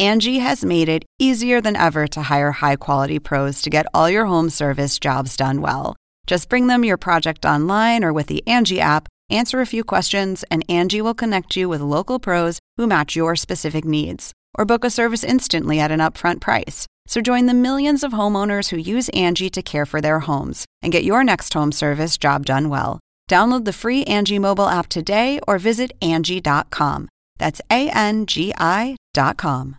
Angie has made it easier than ever to hire high-quality pros to get all your home service jobs done well. Just bring them your project online or with the Angie app, answer a few questions, and Angie will connect you with local pros who match your specific needs. Or book a service instantly at an upfront price. So join the millions of homeowners who use Angie to care for their homes and get your next home service job done well. Download the free Angie mobile app today or visit Angie.com. That's ANGI.com.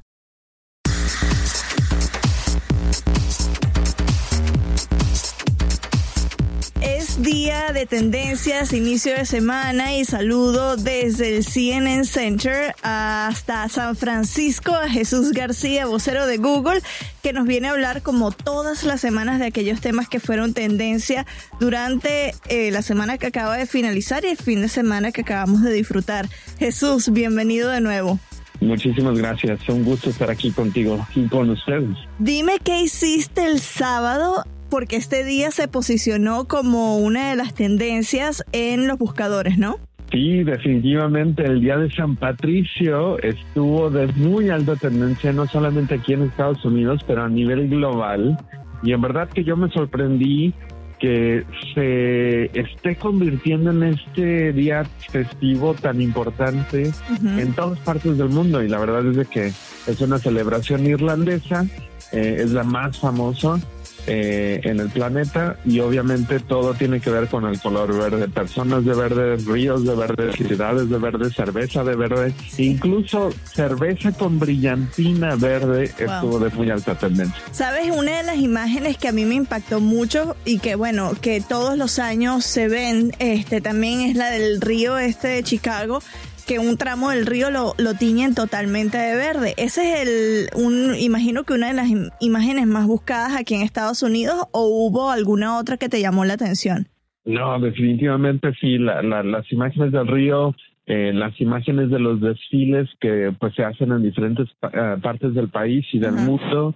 Es día de tendencias, inicio de semana y saludo desde el CNN Center hasta San Francisco a Jesús García, vocero de Google, que nos viene a hablar como todas las semanas de aquellos temas que fueron tendencia durante la semana que acaba de finalizar y el fin de semana que acabamos de disfrutar. Jesús, bienvenido de nuevo. Muchísimas gracias, es un gusto estar aquí contigo y con ustedes. Dime qué hiciste el sábado, porque este día se posicionó como una de las tendencias en los buscadores, ¿no? Sí, definitivamente el Día de San Patricio estuvo de muy alta tendencia, no solamente aquí en Estados Unidos, pero a nivel global. Y en verdad que yo me sorprendí que se esté convirtiendo en este día festivo tan importante en todas partes del mundo. Y la verdad es de que es una celebración irlandesa, es la más famosa en el planeta, y obviamente todo tiene que ver con el color verde, personas de verde, ríos de verde, ciudades de verde, cerveza de verde, incluso cerveza con brillantina verde. Wow. Estuvo de muy alta tendencia. ¿Sabes? Una de las imágenes que a mí me impactó mucho y que bueno, que todos los años se ven, también es la del río de Chicago, que un tramo del río lo tiñen totalmente de verde. Ese es imagino que una de las imágenes más buscadas aquí en Estados Unidos, ¿o hubo alguna otra que te llamó la atención? No, definitivamente sí, las imágenes del río, las imágenes de los desfiles que pues se hacen en diferentes partes del país y del mundo,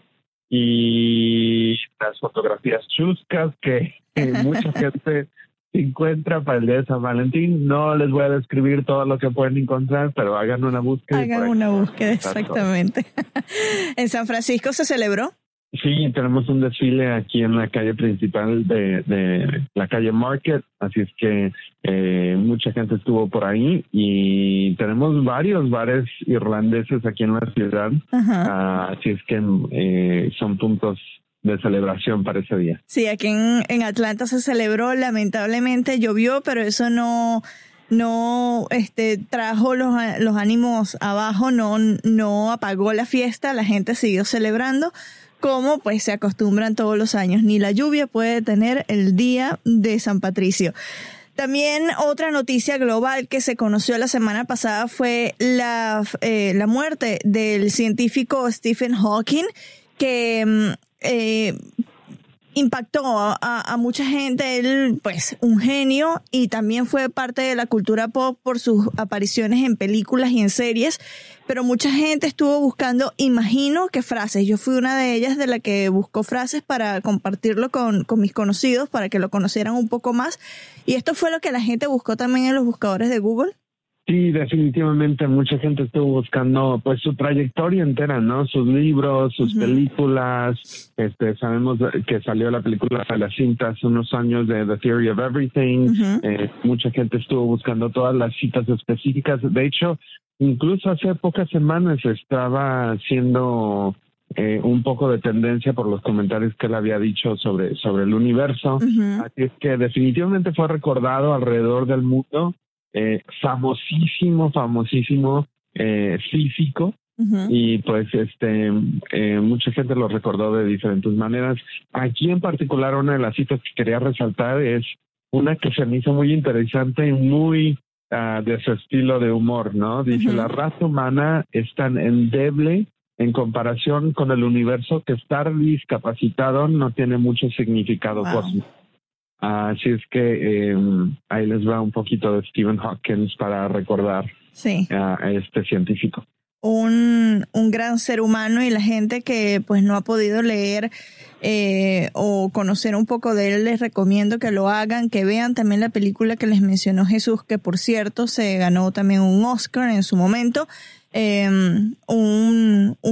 y las fotografías chuscas que mucha gente encuentra para el día de San Valentín. No les voy a describir todo lo que pueden encontrar, pero hagan una búsqueda. Hagan una búsqueda, exactamente. ¿En San Francisco se celebró? Sí, tenemos un desfile aquí en la calle principal de la calle Market, así es que mucha gente estuvo por ahí, y tenemos varios bares irlandeses aquí en la ciudad, así es que son puntos de celebración para ese día. Sí, aquí en Atlanta se celebró, lamentablemente llovió, pero eso no trajo los ánimos abajo, no apagó la fiesta, la gente siguió celebrando como pues se acostumbran todos los años. Ni la lluvia puede detener el día de San Patricio. También otra noticia global que se conoció la semana pasada fue la muerte del científico Stephen Hawking, que impactó a mucha gente. Él, pues, un genio, y también fue parte de la cultura pop por sus apariciones en películas y en series, pero mucha gente estuvo buscando, imagino que frases. Yo fui una de ellas de la que buscó frases para compartirlo con mis conocidos, para que lo conocieran un poco más, y esto fue lo que la gente buscó también en los buscadores de Google. Sí, definitivamente mucha gente estuvo buscando pues su trayectoria entera, ¿no? Sus libros, sus películas. Sabemos que salió la película de la cinta hace unos años de The Theory of Everything. Mucha gente estuvo buscando todas las citas específicas. De hecho, incluso hace pocas semanas estaba haciendo un poco de tendencia por los comentarios que él había dicho sobre el universo. Así es que definitivamente fue recordado alrededor del mundo. Famosísimo físico, y pues mucha gente lo recordó de diferentes maneras. Aquí en particular, una de las citas que quería resaltar es una que se me hizo muy interesante y muy de su estilo de humor, ¿no? Dice: la raza humana es tan endeble en comparación con el universo que estar discapacitado no tiene mucho significado cósmico. Así es que ahí les va un poquito de Stephen Hawking para recordar a este científico. Un gran ser humano, y la gente que pues no ha podido leer o conocer un poco de él, les recomiendo que lo hagan, que vean también la película que les mencionó Jesús, que por cierto se ganó también un Oscar en su momento. Un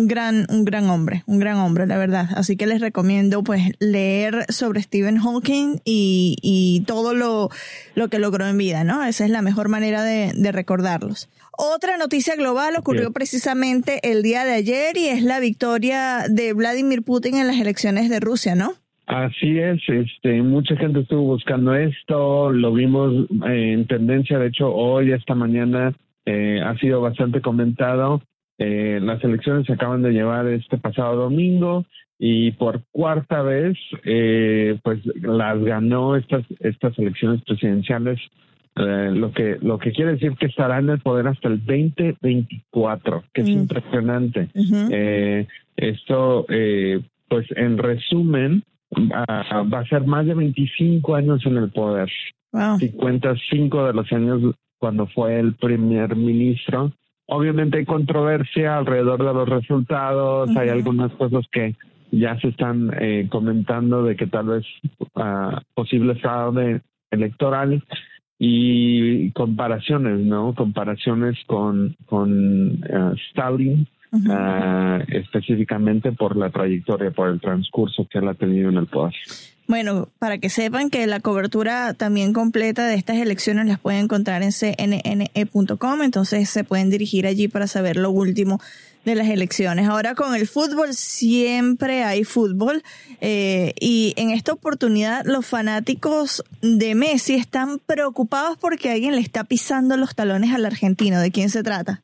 un gran hombre, la verdad. Así que les recomiendo pues leer sobre Stephen Hawking y todo lo que logró en vida, ¿no? Esa es la mejor manera de recordarlos. Otra noticia global ocurrió precisamente el día de ayer y es la victoria de Vladimir Putin en las elecciones de Rusia, ¿no? Así es, mucha gente estuvo buscando esto, lo vimos en tendencia, de hecho hoy, esta mañana, ha sido bastante comentado. Las elecciones se acaban de llevar este pasado domingo y por cuarta vez, pues las ganó estas elecciones presidenciales. Lo que quiere decir que estará en el poder hasta el 2024, que es impresionante. Esto, pues en resumen, va a ser más de 25 años en el poder. Wow. Si cuentas 5 de los años cuando fue el primer ministro. Obviamente hay controversia alrededor de los resultados, hay algunas cosas que ya se están comentando de que tal vez posible fraude electoral. Y comparaciones, ¿no? Comparaciones con Stalin, específicamente por la trayectoria, por el transcurso que él ha tenido en el poder. Bueno, para que sepan que la cobertura también completa de estas elecciones las pueden encontrar en cnne.com, entonces se pueden dirigir allí para saber lo último de las elecciones. Ahora con el fútbol, siempre hay fútbol y en esta oportunidad los fanáticos de Messi están preocupados porque alguien le está pisando los talones al argentino. ¿De quién se trata?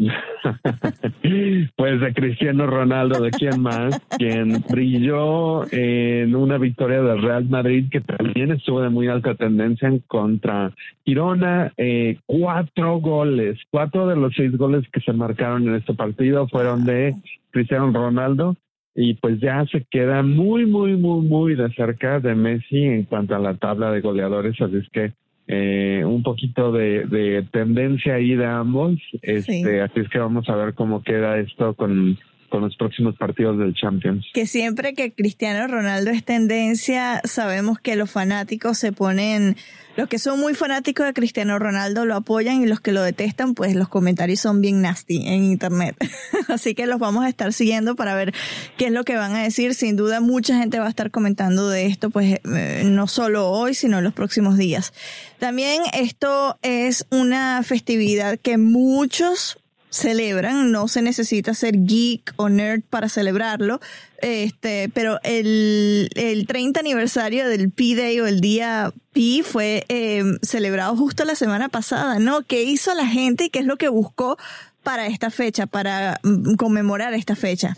Pues de Cristiano Ronaldo, ¿de quién más? Quien brilló en una victoria del Real Madrid que también estuvo de muy alta tendencia en contra Girona. 4 goles, 4 de los 6 goles que se marcaron en este partido fueron de Cristiano Ronaldo y pues ya se queda muy de cerca de Messi en cuanto a la tabla de goleadores, así es que un poquito de tendencia ahí de ambos, así es que vamos a ver cómo queda esto con los próximos partidos del Champions. Que siempre que Cristiano Ronaldo es tendencia, sabemos que los fanáticos se ponen, los que son muy fanáticos de Cristiano Ronaldo lo apoyan y los que lo detestan, pues los comentarios son bien nasty en internet. Así que los vamos a estar siguiendo para ver qué es lo que van a decir. Sin duda mucha gente va a estar comentando de esto, pues no solo hoy, sino en los próximos días. También esto es una festividad que muchos celebran, no se necesita ser geek o nerd para celebrarlo, pero el 30 aniversario del P-Day o el día P fue celebrado justo la semana pasada, ¿no? ¿Qué hizo la gente y qué es lo que buscó para esta fecha, para conmemorar esta fecha?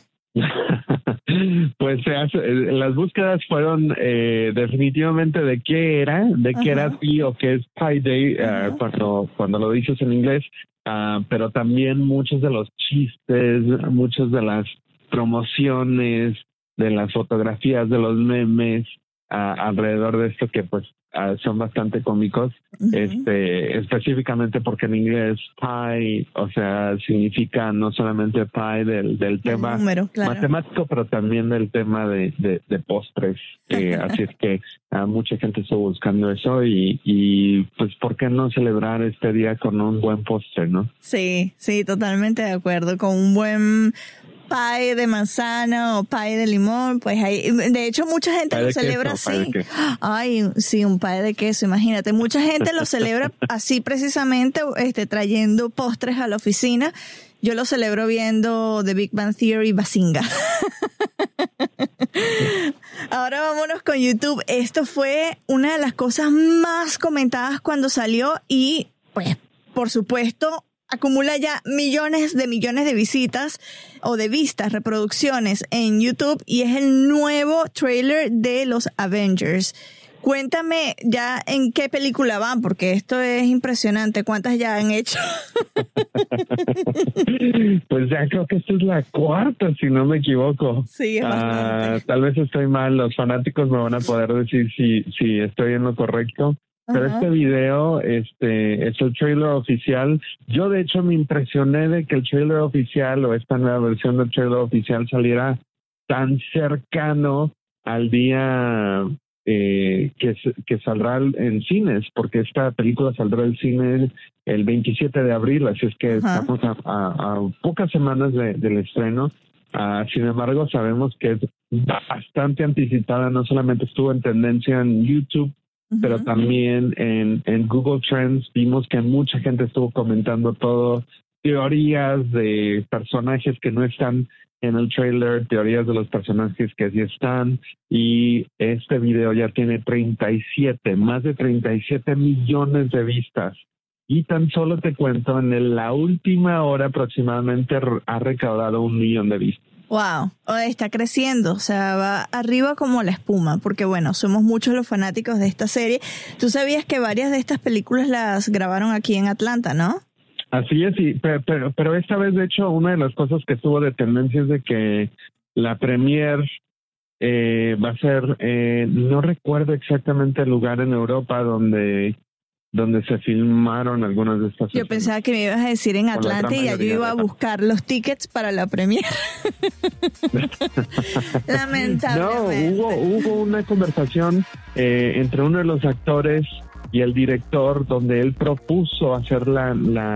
Pues las búsquedas fueron definitivamente de qué era P o qué es Pi Day, cuando lo dices en inglés. Pero también muchos de los chistes, muchas de las promociones, de las fotografías, de los memes alrededor de esto que pues son bastante cómicos, específicamente porque en inglés pie, o sea, significa no solamente pie del tema número, matemático, pero también del tema de postres. Así es que mucha gente está buscando eso y pues ¿por qué no celebrar este día con un buen postre, no? Sí, totalmente de acuerdo, con un buen pie de manzana o pie de limón, pues hay, de hecho mucha gente lo celebra así. Ay, sí, un pie de queso, imagínate, mucha gente lo celebra así precisamente, trayendo postres a la oficina. Yo lo celebro viendo The Big Bang Theory Bazinga. Ahora vámonos con YouTube. Esto fue una de las cosas más comentadas cuando salió y pues por supuesto acumula ya millones de visitas o de vistas, reproducciones en YouTube y es el nuevo trailer de los Avengers. Cuéntame ya en qué película van, porque esto es impresionante. ¿Cuántas ya han hecho? Pues ya creo que esta es la 4, si no me equivoco. Sí, es bastante. Tal vez estoy mal, los fanáticos me van a poder decir si estoy en lo correcto. Pero este video es el trailer oficial. Yo, de hecho, me impresioné de que el trailer oficial o esta nueva versión del trailer oficial saliera tan cercano al día que saldrá en cines, porque esta película saldrá en cine el 27 de abril, así es que estamos a pocas semanas del estreno. Sin embargo, sabemos que es bastante anticipada. No solamente estuvo en tendencia en YouTube, pero también en Google Trends. Vimos que mucha gente estuvo comentando todo, teorías de personajes que no están en el trailer, teorías de los personajes que sí están, y este video ya tiene más de 37 millones de vistas. Y tan solo te cuento, en la última hora aproximadamente ha recaudado 1 millón de vistas. Wow, está creciendo, o sea, va arriba como la espuma, porque bueno, somos muchos los fanáticos de esta serie. Tú sabías que varias de estas películas las grabaron aquí en Atlanta, ¿no? Así es, sí, pero esta vez, de hecho, una de las cosas que estuvo de tendencia es de que la premier va a ser, no recuerdo exactamente el lugar en Europa donde se filmaron algunas de estas. Yo pensaba que me ibas a decir en Atlanta y ya yo iba a buscar los tickets para la premier. Lamentablemente. No, hubo una conversación entre uno de los actores y el director donde él propuso hacer la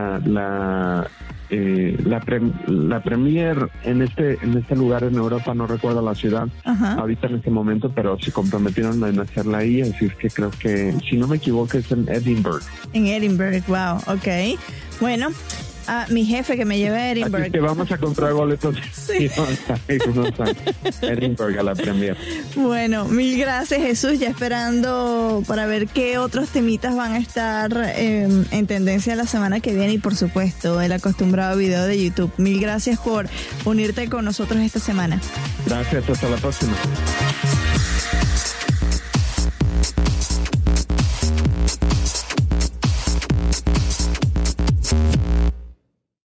premier en este lugar en Europa, no recuerdo la ciudad ahorita en este momento, pero se comprometieron en hacerla ahí, así es que creo que, si no me equivoco, es en Edinburgh. En Edinburgh, wow, ok. Bueno, mi jefe que me lleve a Edinburgh. Así que vamos a comprar boletos y vamos a Edinburgh a la premier. Bueno, mil gracias, Jesús, ya esperando para ver qué otros temitas van a estar en tendencia la semana que viene, y por supuesto el acostumbrado video de YouTube. Mil gracias por unirte con nosotros esta semana. Gracias, hasta la próxima.